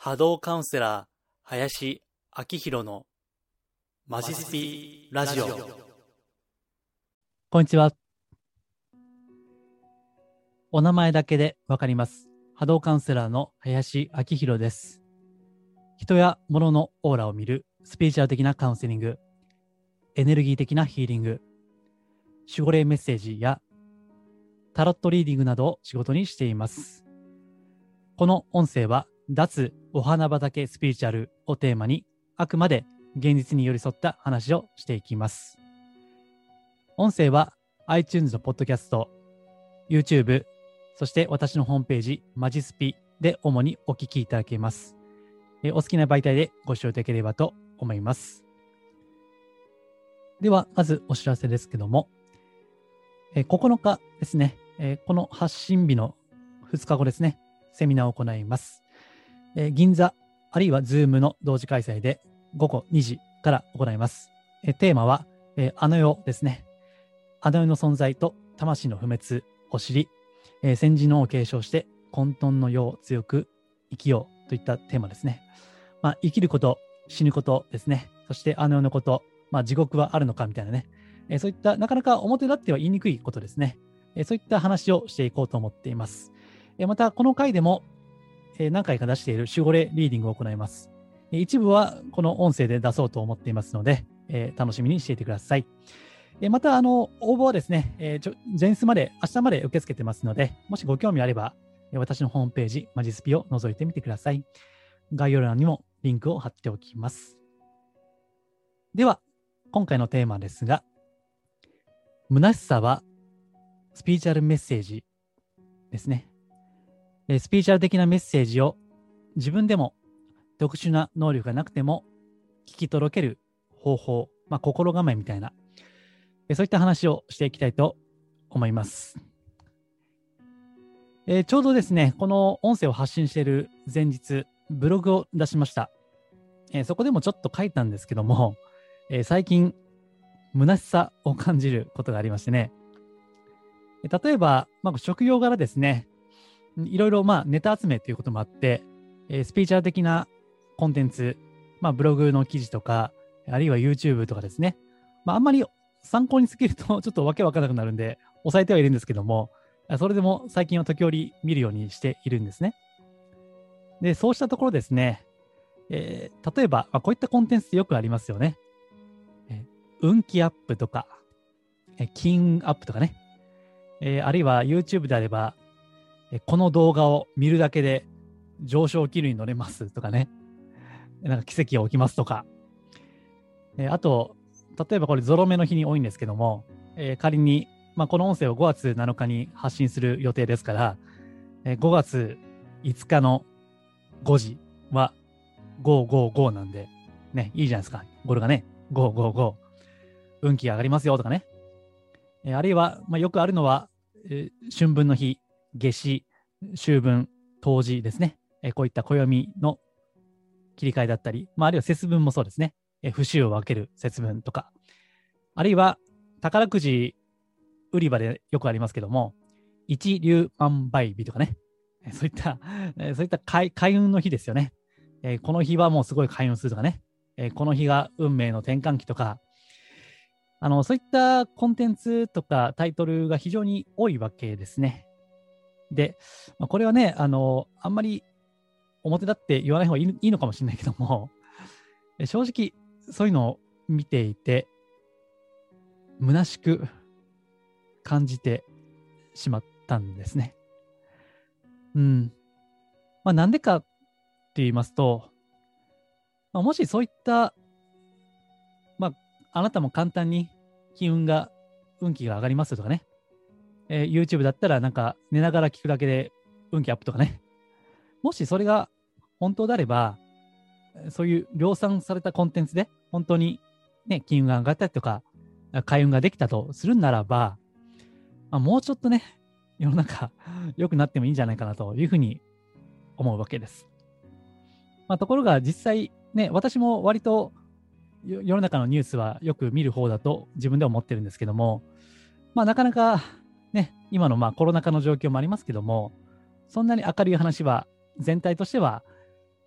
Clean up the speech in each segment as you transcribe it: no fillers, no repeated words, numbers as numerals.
波動カウンセラー林明宏のマジスピラジオ。 こんにちは。お名前だけでわかります。波動カウンセラーの林明宏です。人や物のオーラを見るスピリチュアル的なカウンセリング、エネルギー的なヒーリング、守護霊メッセージやタロットリーディングなどを仕事にしています。この音声は脱お花畑スピリチュアルをテーマに、あくまで現実に寄り添った話をしていきます。音声は iTunes のポッドキャスト、YouTube、そして私のホームページマジスピで主にお聞きいただけます。お好きな媒体でご視聴いただければと思います。ではまずお知らせですけども、9日ですね、この発信日の2日後ですね、セミナーを行います。銀座あるいは Zoom の同時開催で午後2時から行います。テーマは、あの世ですね。あの世の存在と魂の不滅を知り、先人のを継承して混沌の世を強く生きようといったテーマですね。生きること、死ぬことですね。そしてあの世のこと、地獄はあるのかみたいなね。そういったなかなか表立っては言いにくいことですね。そういった話をしていこうと思っています。またこの回でも何回か出している守護霊リーディングを行います。一部はこの音声で出そうと思っていますので、楽しみにしていてください。また応募はですね、前日まで、明日まで受け付けてますので、もしご興味あれば、私のホームページ、マジスピを覗いてみてください。概要欄にもリンクを貼っておきます。では、今回のテーマですが、虚しさはスピリチュアルメッセージですね。スピリチュアル的なメッセージを自分でも特殊な能力がなくても聞き届ける方法、心構えみたいな、そういった話をしていきたいと思います。ちょうどですね、この音声を発信している前日、ブログを出しました。そこでもちょっと書いたんですけども、最近、虚しさを感じることがありましてね。例えば、職業柄ですね、いろいろネタ集めということもあって、スピリチュアル的なコンテンツ、ブログの記事とか、あるいは YouTube とかですね、あんまり参考にすぎるとちょっとわけわからなくなるんで、抑えてはいるんですけども、それでも最近は時折見るようにしているんですね。で、そうしたところですね、例えば、こういったコンテンツってよくありますよね。運気アップとか、金運アップとかね、あるいは YouTube であれば、この動画を見るだけで上昇気流に乗れますとかね、なんか奇跡が起きますとか、あと、例えばこれゾロ目の日に多いんですけども、仮に、この音声を5月7日に発信する予定ですから、5月5日の5時は555なんで、ね、いいじゃないですか。語呂がね、555。運気が上がりますよとかね。あるいは、よくあるのは、春分の日、夏至、秋分、冬至ですね。こういった暦の切り替えだったり、あるいは節分もそうですね。節を分ける節分とか。あるいは、宝くじ売り場でよくありますけども、一粒万倍日とかね。そういった開運の日ですよね。この日はもうすごい開運するとかね。この日が運命の転換期とか、そういったコンテンツとかタイトルが非常に多いわけですね。で、これはね、あんまり表立って言わない方がいいのかもしれないけども、正直そういうのを見ていて、虚しく感じてしまったんですね。なんでかって言いますと、もしそういった、あなたも簡単に運気が上がりますとかね、YouTube だったらなんか寝ながら聞くだけで運気アップとかね、もしそれが本当であれば、そういう量産されたコンテンツで本当にね、金運が上がったりとか、開運ができたとするならば、もうちょっとね、世の中良くなってもいいんじゃないかなというふうに思うわけです。ところが実際ね、私も割と世の中のニュースはよく見る方だと自分では思ってるんですけども、なかなかね、今のコロナ禍の状況もありますけども、そんなに明るい話は全体としては、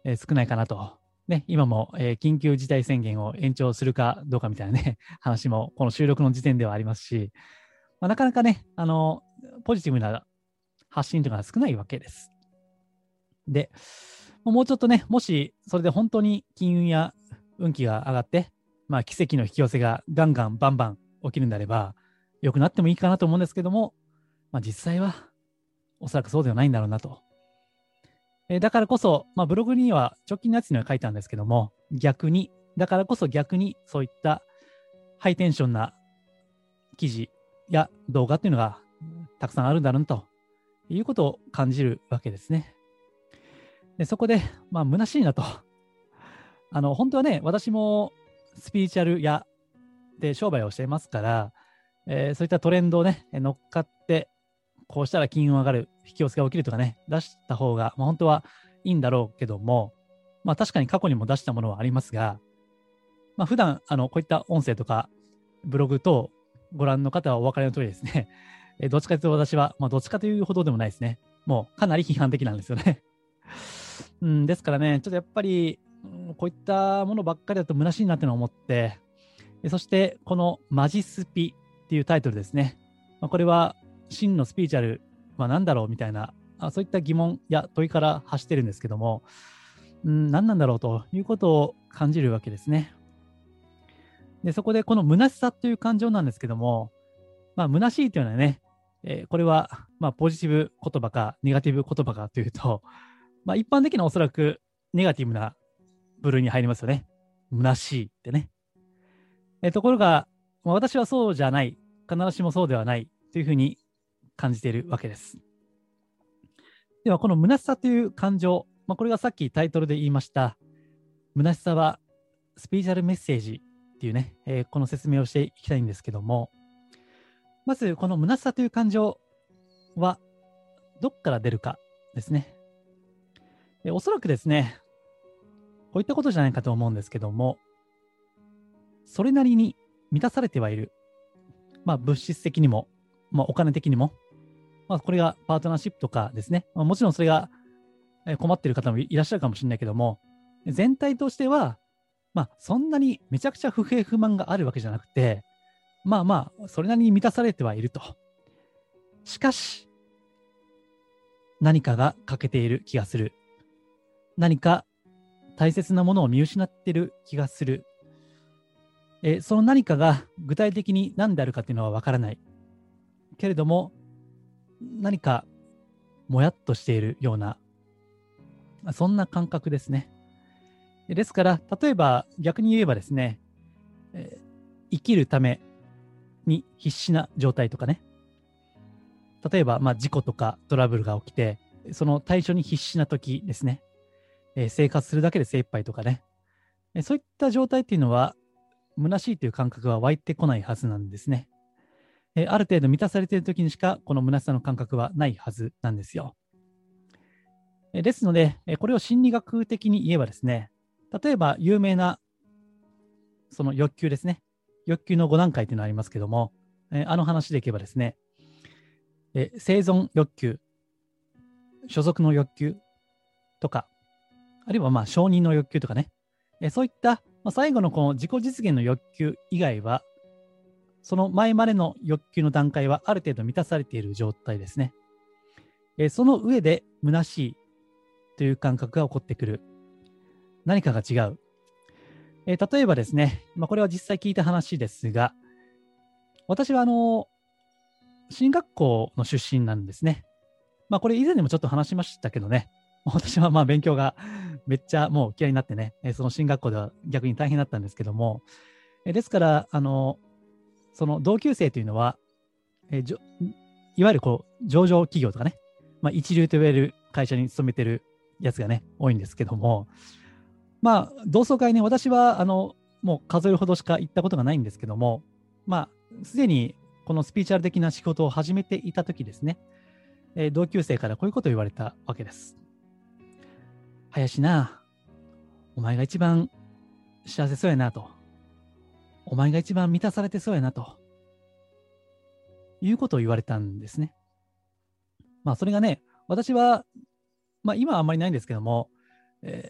少ないかなと。ね、今も、緊急事態宣言を延長するかどうかみたいなね、話もこの収録の時点ではありますし、なかなかね、ポジティブな発信というのが少ないわけです。で、もうちょっとね、もしそれで本当に金運や運気が上がって、奇跡の引き寄せがガンガンバンバン起きるんであれば、良くなってもいいかなと思うんですけども、実際はおそらくそうではないんだろうなと。だからこそ、ブログには直近のやつには書いたんですけども、だからこそ逆にそういったハイテンションな記事や動画っていうのがたくさんあるんだろうなということを感じるわけですね。でそこで、虚しいなと。本当はね、私もスピリチュアル屋で商売をしていますから、そういったトレンドをね、乗っかって、こうしたら金運上がる、引き寄せが起きるとかね、出した方が、本当はいいんだろうけども、確かに過去にも出したものはありますが、普段こういった音声とかブログ等ご覧の方はお分かりの通りですね、どっちかというと私は、どっちかというほどでもないですね。もうかなり批判的なんですよね。ですからね、ちょっとやっぱり、こういったものばっかりだと虚しいなってのを思って、そしてこのマジスピっていうタイトルですね。これは真のスピリチュアルは何だろうみたいな、そういった疑問や問いから発してるんですけども、何なんだろうということを感じるわけですね。で、そこでこの虚しさという感情なんですけども、虚しいというのはね、これはポジティブ言葉かネガティブ言葉かというと、一般的なおそらくネガティブな部類に入りますよね。虚しいってね。ところが、私はそうじゃない、必ずしもそうではないというふうに感じているわけです。では、この虚しさという感情、これがさっきタイトルで言いました、虚しさはスピリチュアルメッセージっていうね、この説明をしていきたいんですけども、まずこの虚しさという感情はどっから出るかですね。おそらくですね、こういったことじゃないかと思うんですけども、それなりに満たされてはいる。物質的にも、お金的にも、これがパートナーシップとかですね。もちろんそれが困っている方もいらっしゃるかもしれないけども、全体としては、そんなにめちゃくちゃ不平不満があるわけじゃなくて、それなりに満たされてはいると。しかし、何かが欠けている気がする。何か大切なものを見失っている気がする。その何かが具体的に何であるかっていうのはわからない。けれども、何かもやっとしているような、そんな感覚ですね。ですから、例えば逆に言えばですね、生きるために必死な状態とかね。例えば、事故とかトラブルが起きて、その対処に必死な時ですね。生活するだけで精一杯とかね。そういった状態っていうのは、虚しいという感覚は湧いてこないはずなんですね。ある程度満たされている時にしか、この虚しさの感覚はないはずなんですよ。ですので、これを心理学的に言えばですね、例えば有名なその欲求ですね。欲求の5段階というのがありますけども、あの話でいけばですね、生存欲求、所属の欲求とか、あるいは承認の欲求とかね、そういった最後のこの自己実現の欲求以外は、その前までの欲求の段階はある程度満たされている状態ですね。その上で虚しいという感覚が起こってくる。何かが違う。例えばですね、これは実際聞いた話ですが、私は進学校の出身なんですね。これ以前にもちょっと話しましたけどね、私は勉強がめっちゃもう嫌いになってね、その進学校では逆に大変だったんですけども、ですから、その同級生というのは、いわゆる上場企業とかね、一流と言われる会社に勤めてるやつがね、多いんですけども、同窓会ね、私はもう数えるほどしか行ったことがないんですけども、すでにこのスピーチュアル的な仕事を始めていたときですね、同級生からこういうことを言われたわけです。林な、お前が一番幸せそうやなと。お前が一番満たされてそうやなと。いうことを言われたんですね。それがね、私は、今はあんまりないんですけども、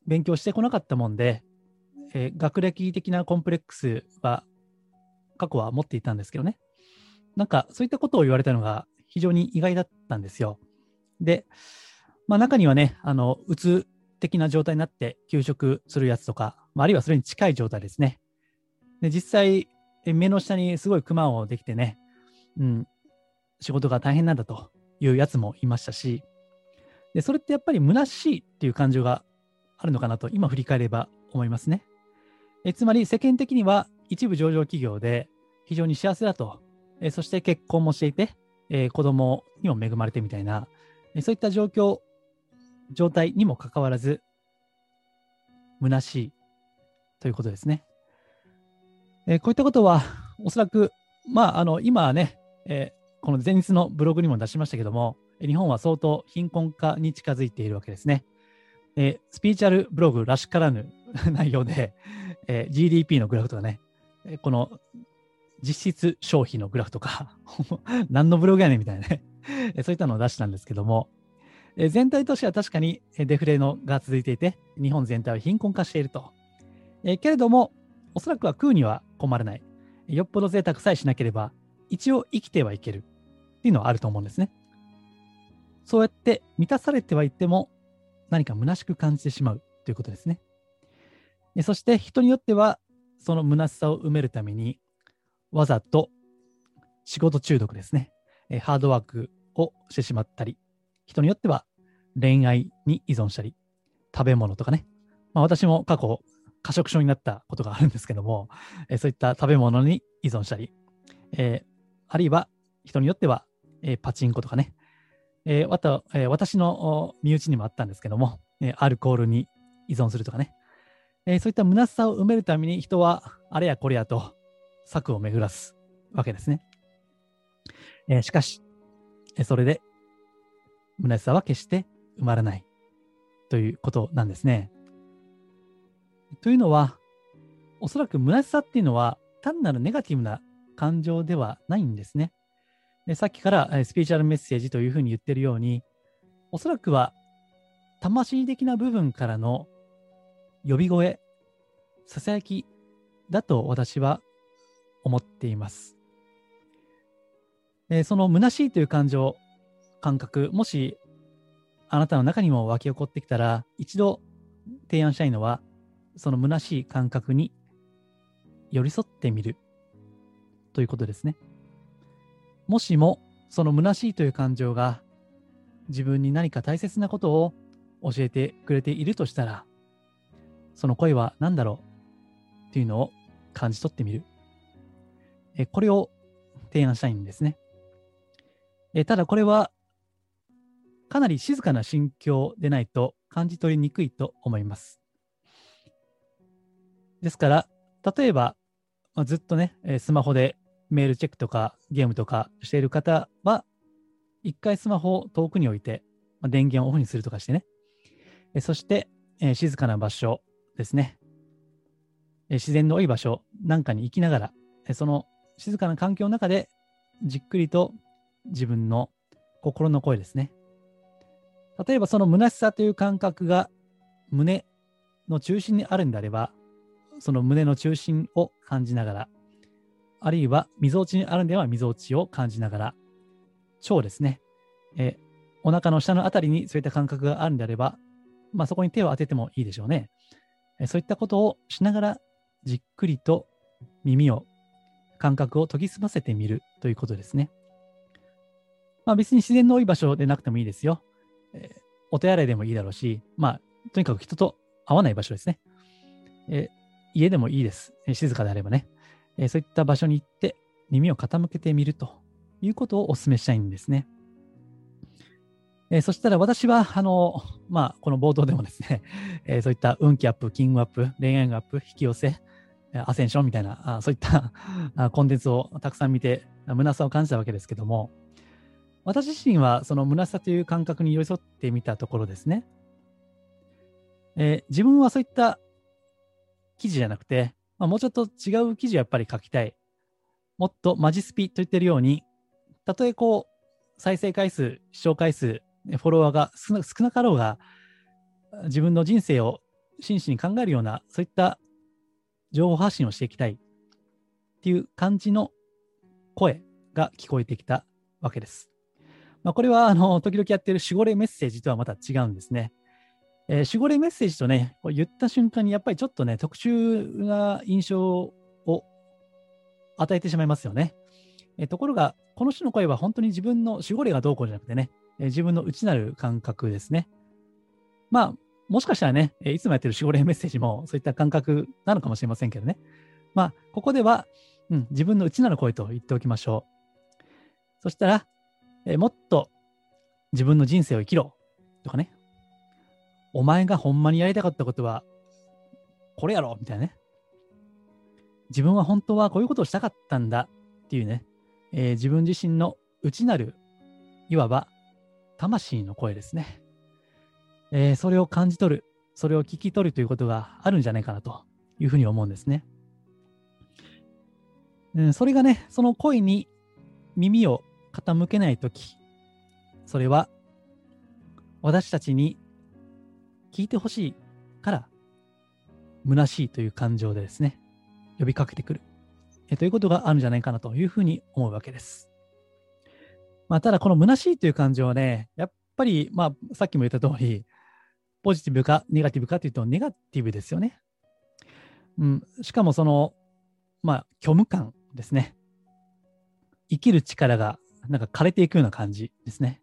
勉強してこなかったもんで、学歴的なコンプレックスは過去は持っていたんですけどね。なんかそういったことを言われたのが非常に意外だったんですよ。で、中にはね、うつ的な状態になって休職するやつとか、あるいはそれに近い状態ですね。で、実際、目の下にすごいクマをできてね、仕事が大変なんだというやつもいましたし、で、それってやっぱり虚しいっていう感情があるのかなと今振り返れば思いますね。つまり世間的には一部上場企業で非常に幸せだと、そして結婚もしていて、子供にも恵まれてみたいな、そういった状態にもかかわらず、虚しいということですね。こういったことは、おそらく、今はね、この前日のブログにも出しましたけども、日本は相当貧困化に近づいているわけですね。スピーチュアルブログらしからぬ内容で、GDP のグラフとかね、この実質消費のグラフとか、何のブログやねんみたいなね、そういったのを出したんですけども、全体としては確かにデフレが続いていて、日本全体は貧困化していると。けれども、おそらくは食うには困らない。よっぽど贅沢さえしなければ、一応生きてはいけるっていうのはあると思うんですね。そうやって満たされてはいっても、何か虚しく感じてしまうということですね。そして人によっては、その虚しさを埋めるために、わざと仕事中毒ですね。ハードワークをしてしまったり、人によっては恋愛に依存したり、食べ物とかね。私も過去、過食症になったことがあるんですけども、そういった食べ物に依存したり、あるいは人によっては、パチンコとかね。私の身内にもあったんですけども、アルコールに依存するとかね。そういった虚しさを埋めるために人はあれやこれやと策を巡らすわけですね。しかし、それで虚しさは決して埋まらないということなんですね。というのは、おそらく虚しさっていうのは単なるネガティブな感情ではないんですね。で、さっきからスピーチュアルメッセージというふうに言ってるように、おそらくは魂的な部分からの呼び声、ささやきだと私は思っています。その虚しいという感覚、もしあなたの中にも湧き起こってきたら、一度提案したいのは、その虚しい感覚に寄り添ってみるということですね。もしもその虚しいという感情が自分に何か大切なことを教えてくれているとしたら、その声は何だろうというのを感じ取ってみる。これを提案したいんですね。ただこれはかなり静かな心境でないと感じ取りにくいと思います。ですから、例えば、ずっとね、スマホでメールチェックとかゲームとかしている方は、一回スマホを遠くに置いて、電源をオフにするとかしてね、そして、静かな場所ですね、自然の多い場所なんかに行きながら、その静かな環境の中でじっくりと自分の心の声ですね。例えばその虚しさという感覚が胸の中心にあるんであれば、その胸の中心を感じながら、あるいはみぞおちにあるんではみぞおちを感じながら、腸ですね、お腹の下のあたりにそういった感覚があるんであれば、そこに手を当ててもいいでしょうね。そういったことをしながらじっくりと感覚を研ぎ澄ませてみるということですね。別に自然の多い場所でなくてもいいですよ。お手洗いでもいいだろうし、とにかく人と会わない場所ですね。家でもいいです。静かであればね。そういった場所に行って耳を傾けてみるということをお勧めしたいんですね。そしたら私は、この冒頭でもですね、そういった運気アップ、金運アップ、恋愛運アップ、引き寄せ、アセンションみたいな、そういったコンテンツをたくさん見て、虚しさを感じたわけですけども、私自身はその虚しさという感覚に寄り添ってみたところですね、自分はそういった記事じゃなくて、もうちょっと違う記事をやっぱり書きたい。もっとマジスピと言ってるように、たとえ再生回数、視聴回数、フォロワーが少なかろうが、自分の人生を真摯に考えるような、そういった情報発信をしていきたいっていう感じの声が聞こえてきたわけです。これは時々やっている守護霊メッセージとはまた違うんですね。守護霊メッセージとね、こう言った瞬間にやっぱりちょっとね、特殊な印象を与えてしまいますよね。ところが、この種の声は本当に自分の守護霊がどうこうじゃなくてね、自分の内なる感覚ですね。もしかしたらね、いつもやってる守護霊メッセージもそういった感覚なのかもしれませんけどね。ここでは、自分の内なる声と言っておきましょう。そしたら、もっと自分の人生を生きろとかね、お前がほんまにやりたかったことはこれやろみたいなね。自分は本当はこういうことをしたかったんだっていうね、自分自身の内なる、いわば魂の声ですね。それを感じ取る、それを聞き取るということがあるんじゃないかなというふうに思うんですね。それがね、その声に耳を傾けないとき、それは私たちに聞いてほしいから虚しいという感情でですね、呼びかけてくる、ということがあるんじゃないかなというふうに思うわけです。ただこの虚しいという感情はね、やっぱりさっきも言った通り、ポジティブかネガティブかというとネガティブですよね。しかもその虚無感ですね。生きる力がなんか枯れていくような感じですね。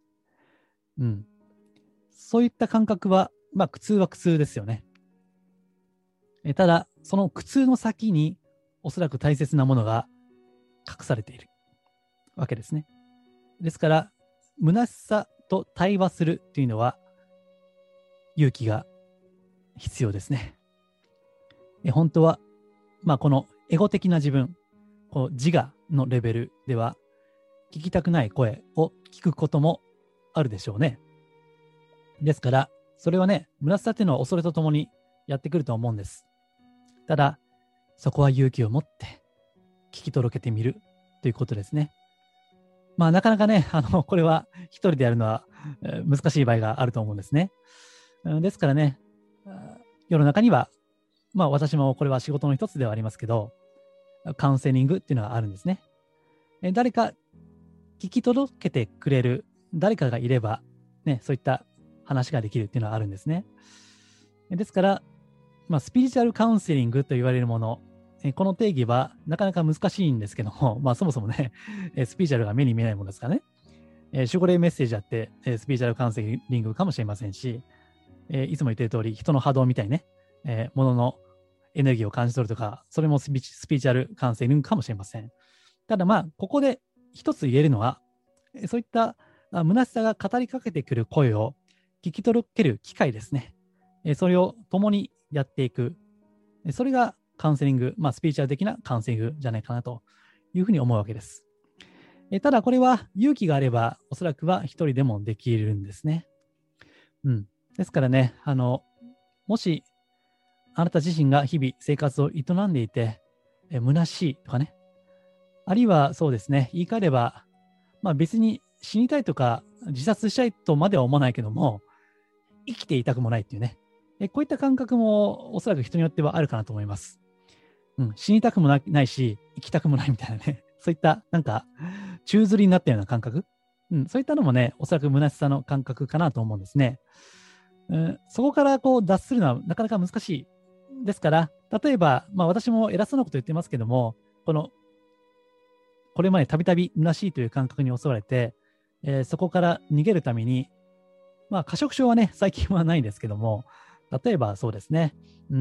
そういった感覚は苦痛は苦痛ですよね。ただその苦痛の先におそらく大切なものが隠されているわけですね。ですから虚しさと対話するというのは勇気が必要ですね。本当はこのエゴ的な自分、こう自我のレベルでは聞きたくない声を聞くこともあるでしょうね。ですからそれはね、虚しさというのは恐れとともにやってくると思うんです。ただそこは勇気を持って聞き届けてみるということですね。なかなかね、これは一人でやるのは難しい場合があると思うんですね。ですからね、世の中には私もこれは仕事の一つではありますけど、カウンセリングっていうのがあるんですね。誰か聞き届けてくれる誰かがいれば、ね、そういった話ができるっていうのはあるんですね。ですから、スピリチュアルカウンセリングと言われるもの、この定義はなかなか難しいんですけども、そもそもね、スピリチュアルが目に見えないものですからね。守護霊メッセージだって、スピリチュアルカウンセリングかもしれませんし、いつも言っている通り、人の波動みたいにね、もののエネルギーを感じ取るとか、それもスピリチュアルカウンセリングかもしれません。ただここで一つ言えるのは、そういった虚しさが語りかけてくる声を聞き届ける機会ですね。それを共にやっていく。それがカウンセリング、スピリチュアル的なカウンセリングじゃないかなというふうに思うわけです。ただこれは勇気があれば、おそらくは一人でもできるんですね。ですからね、もしあなた自身が日々生活を営んでいて、虚しいとかね、あるいはそうですね、言い換えれば、別に死にたいとか自殺したいとまでは思わないけども、生きていたくもないっていうね、こういった感覚もおそらく人によってはあるかなと思います。死にたくもないし、生きたくもないみたいなね、そういったなんか宙吊りになったような感覚、そういったのもね、おそらく虚しさの感覚かなと思うんですね。そこからこう脱するのはなかなか難しい。ですから、例えば、私も偉そうなこと言ってますけども、これまでたびたび虚しいという感覚に襲われて、そこから逃げるために、過食症はね、最近はないんですけども、例えばそうですね、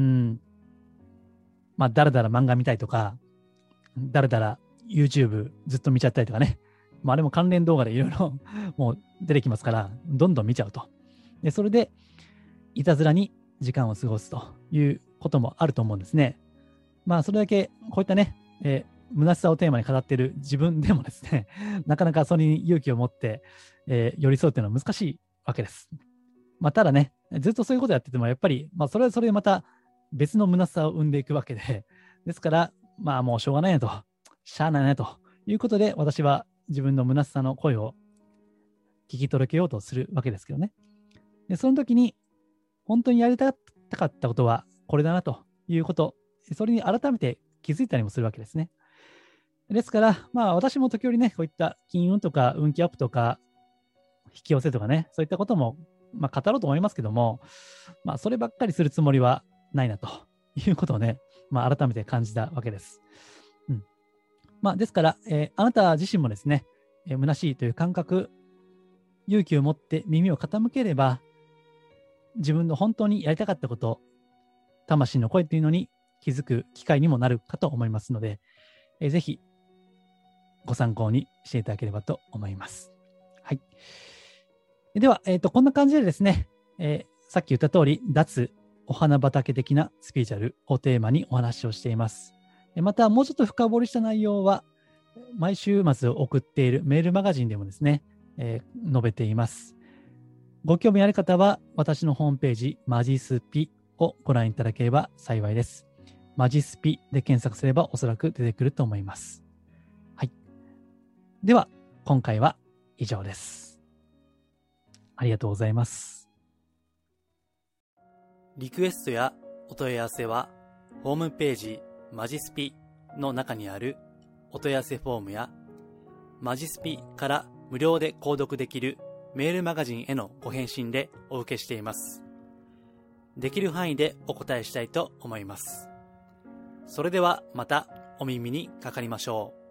だらだら漫画見たいとか、だらだら YouTube ずっと見ちゃったりとかね、あれも関連動画でいろいろもう出てきますから、どんどん見ちゃうと。で、それで、いたずらに時間を過ごすということもあると思うんですね。それだけこういったね、虚しさをテーマに語っている自分でもですね、なかなかそれに勇気を持って、寄り添うというのは難しいわけです。ただね、ずっとそういうことやってても、やっぱり、それはそれでまた別の虚しさを生んでいくわけで、ですから、もうしょうがないなと、しゃあないなということで、私は自分の虚しさの声を聞き届けようとするわけですけどね。で、その時に、本当にやりたかたかったことはこれだなということ、それに改めて気づいたりもするわけですね。ですから、私も時折ね、こういった金運とか運気アップとか、引き寄せとかね、そういったことも、語ろうと思いますけども、そればっかりするつもりはないなということをね、改めて感じたわけです。ですから、あなた自身もですね、虚しいという感覚、勇気を持って耳を傾ければ、自分の本当にやりたかったこと、魂の声というのに気づく機会にもなるかと思いますので、ぜひご参考にしていただければと思います。はい。では、こんな感じでですね、さっき言った通り、脱お花畑的なスピリチュアルをテーマにお話をしています。また、もうちょっと深掘りした内容は、毎週末送っているメールマガジンでもですね、述べています。ご興味ある方は、私のホームページ、マジスピをご覧いただければ幸いです。マジスピで検索すればおそらく出てくると思います。はい。では、今回は以上です。ありがとうございます。 リクエストやお問い合わせは、ホームページマジスピの中にあるお問い合わせフォームや、マジスピから無料で購読できるメールマガジンへのご返信でお受けしています。できる範囲でお答えしたいと思います。それではまたお耳にかかりましょう。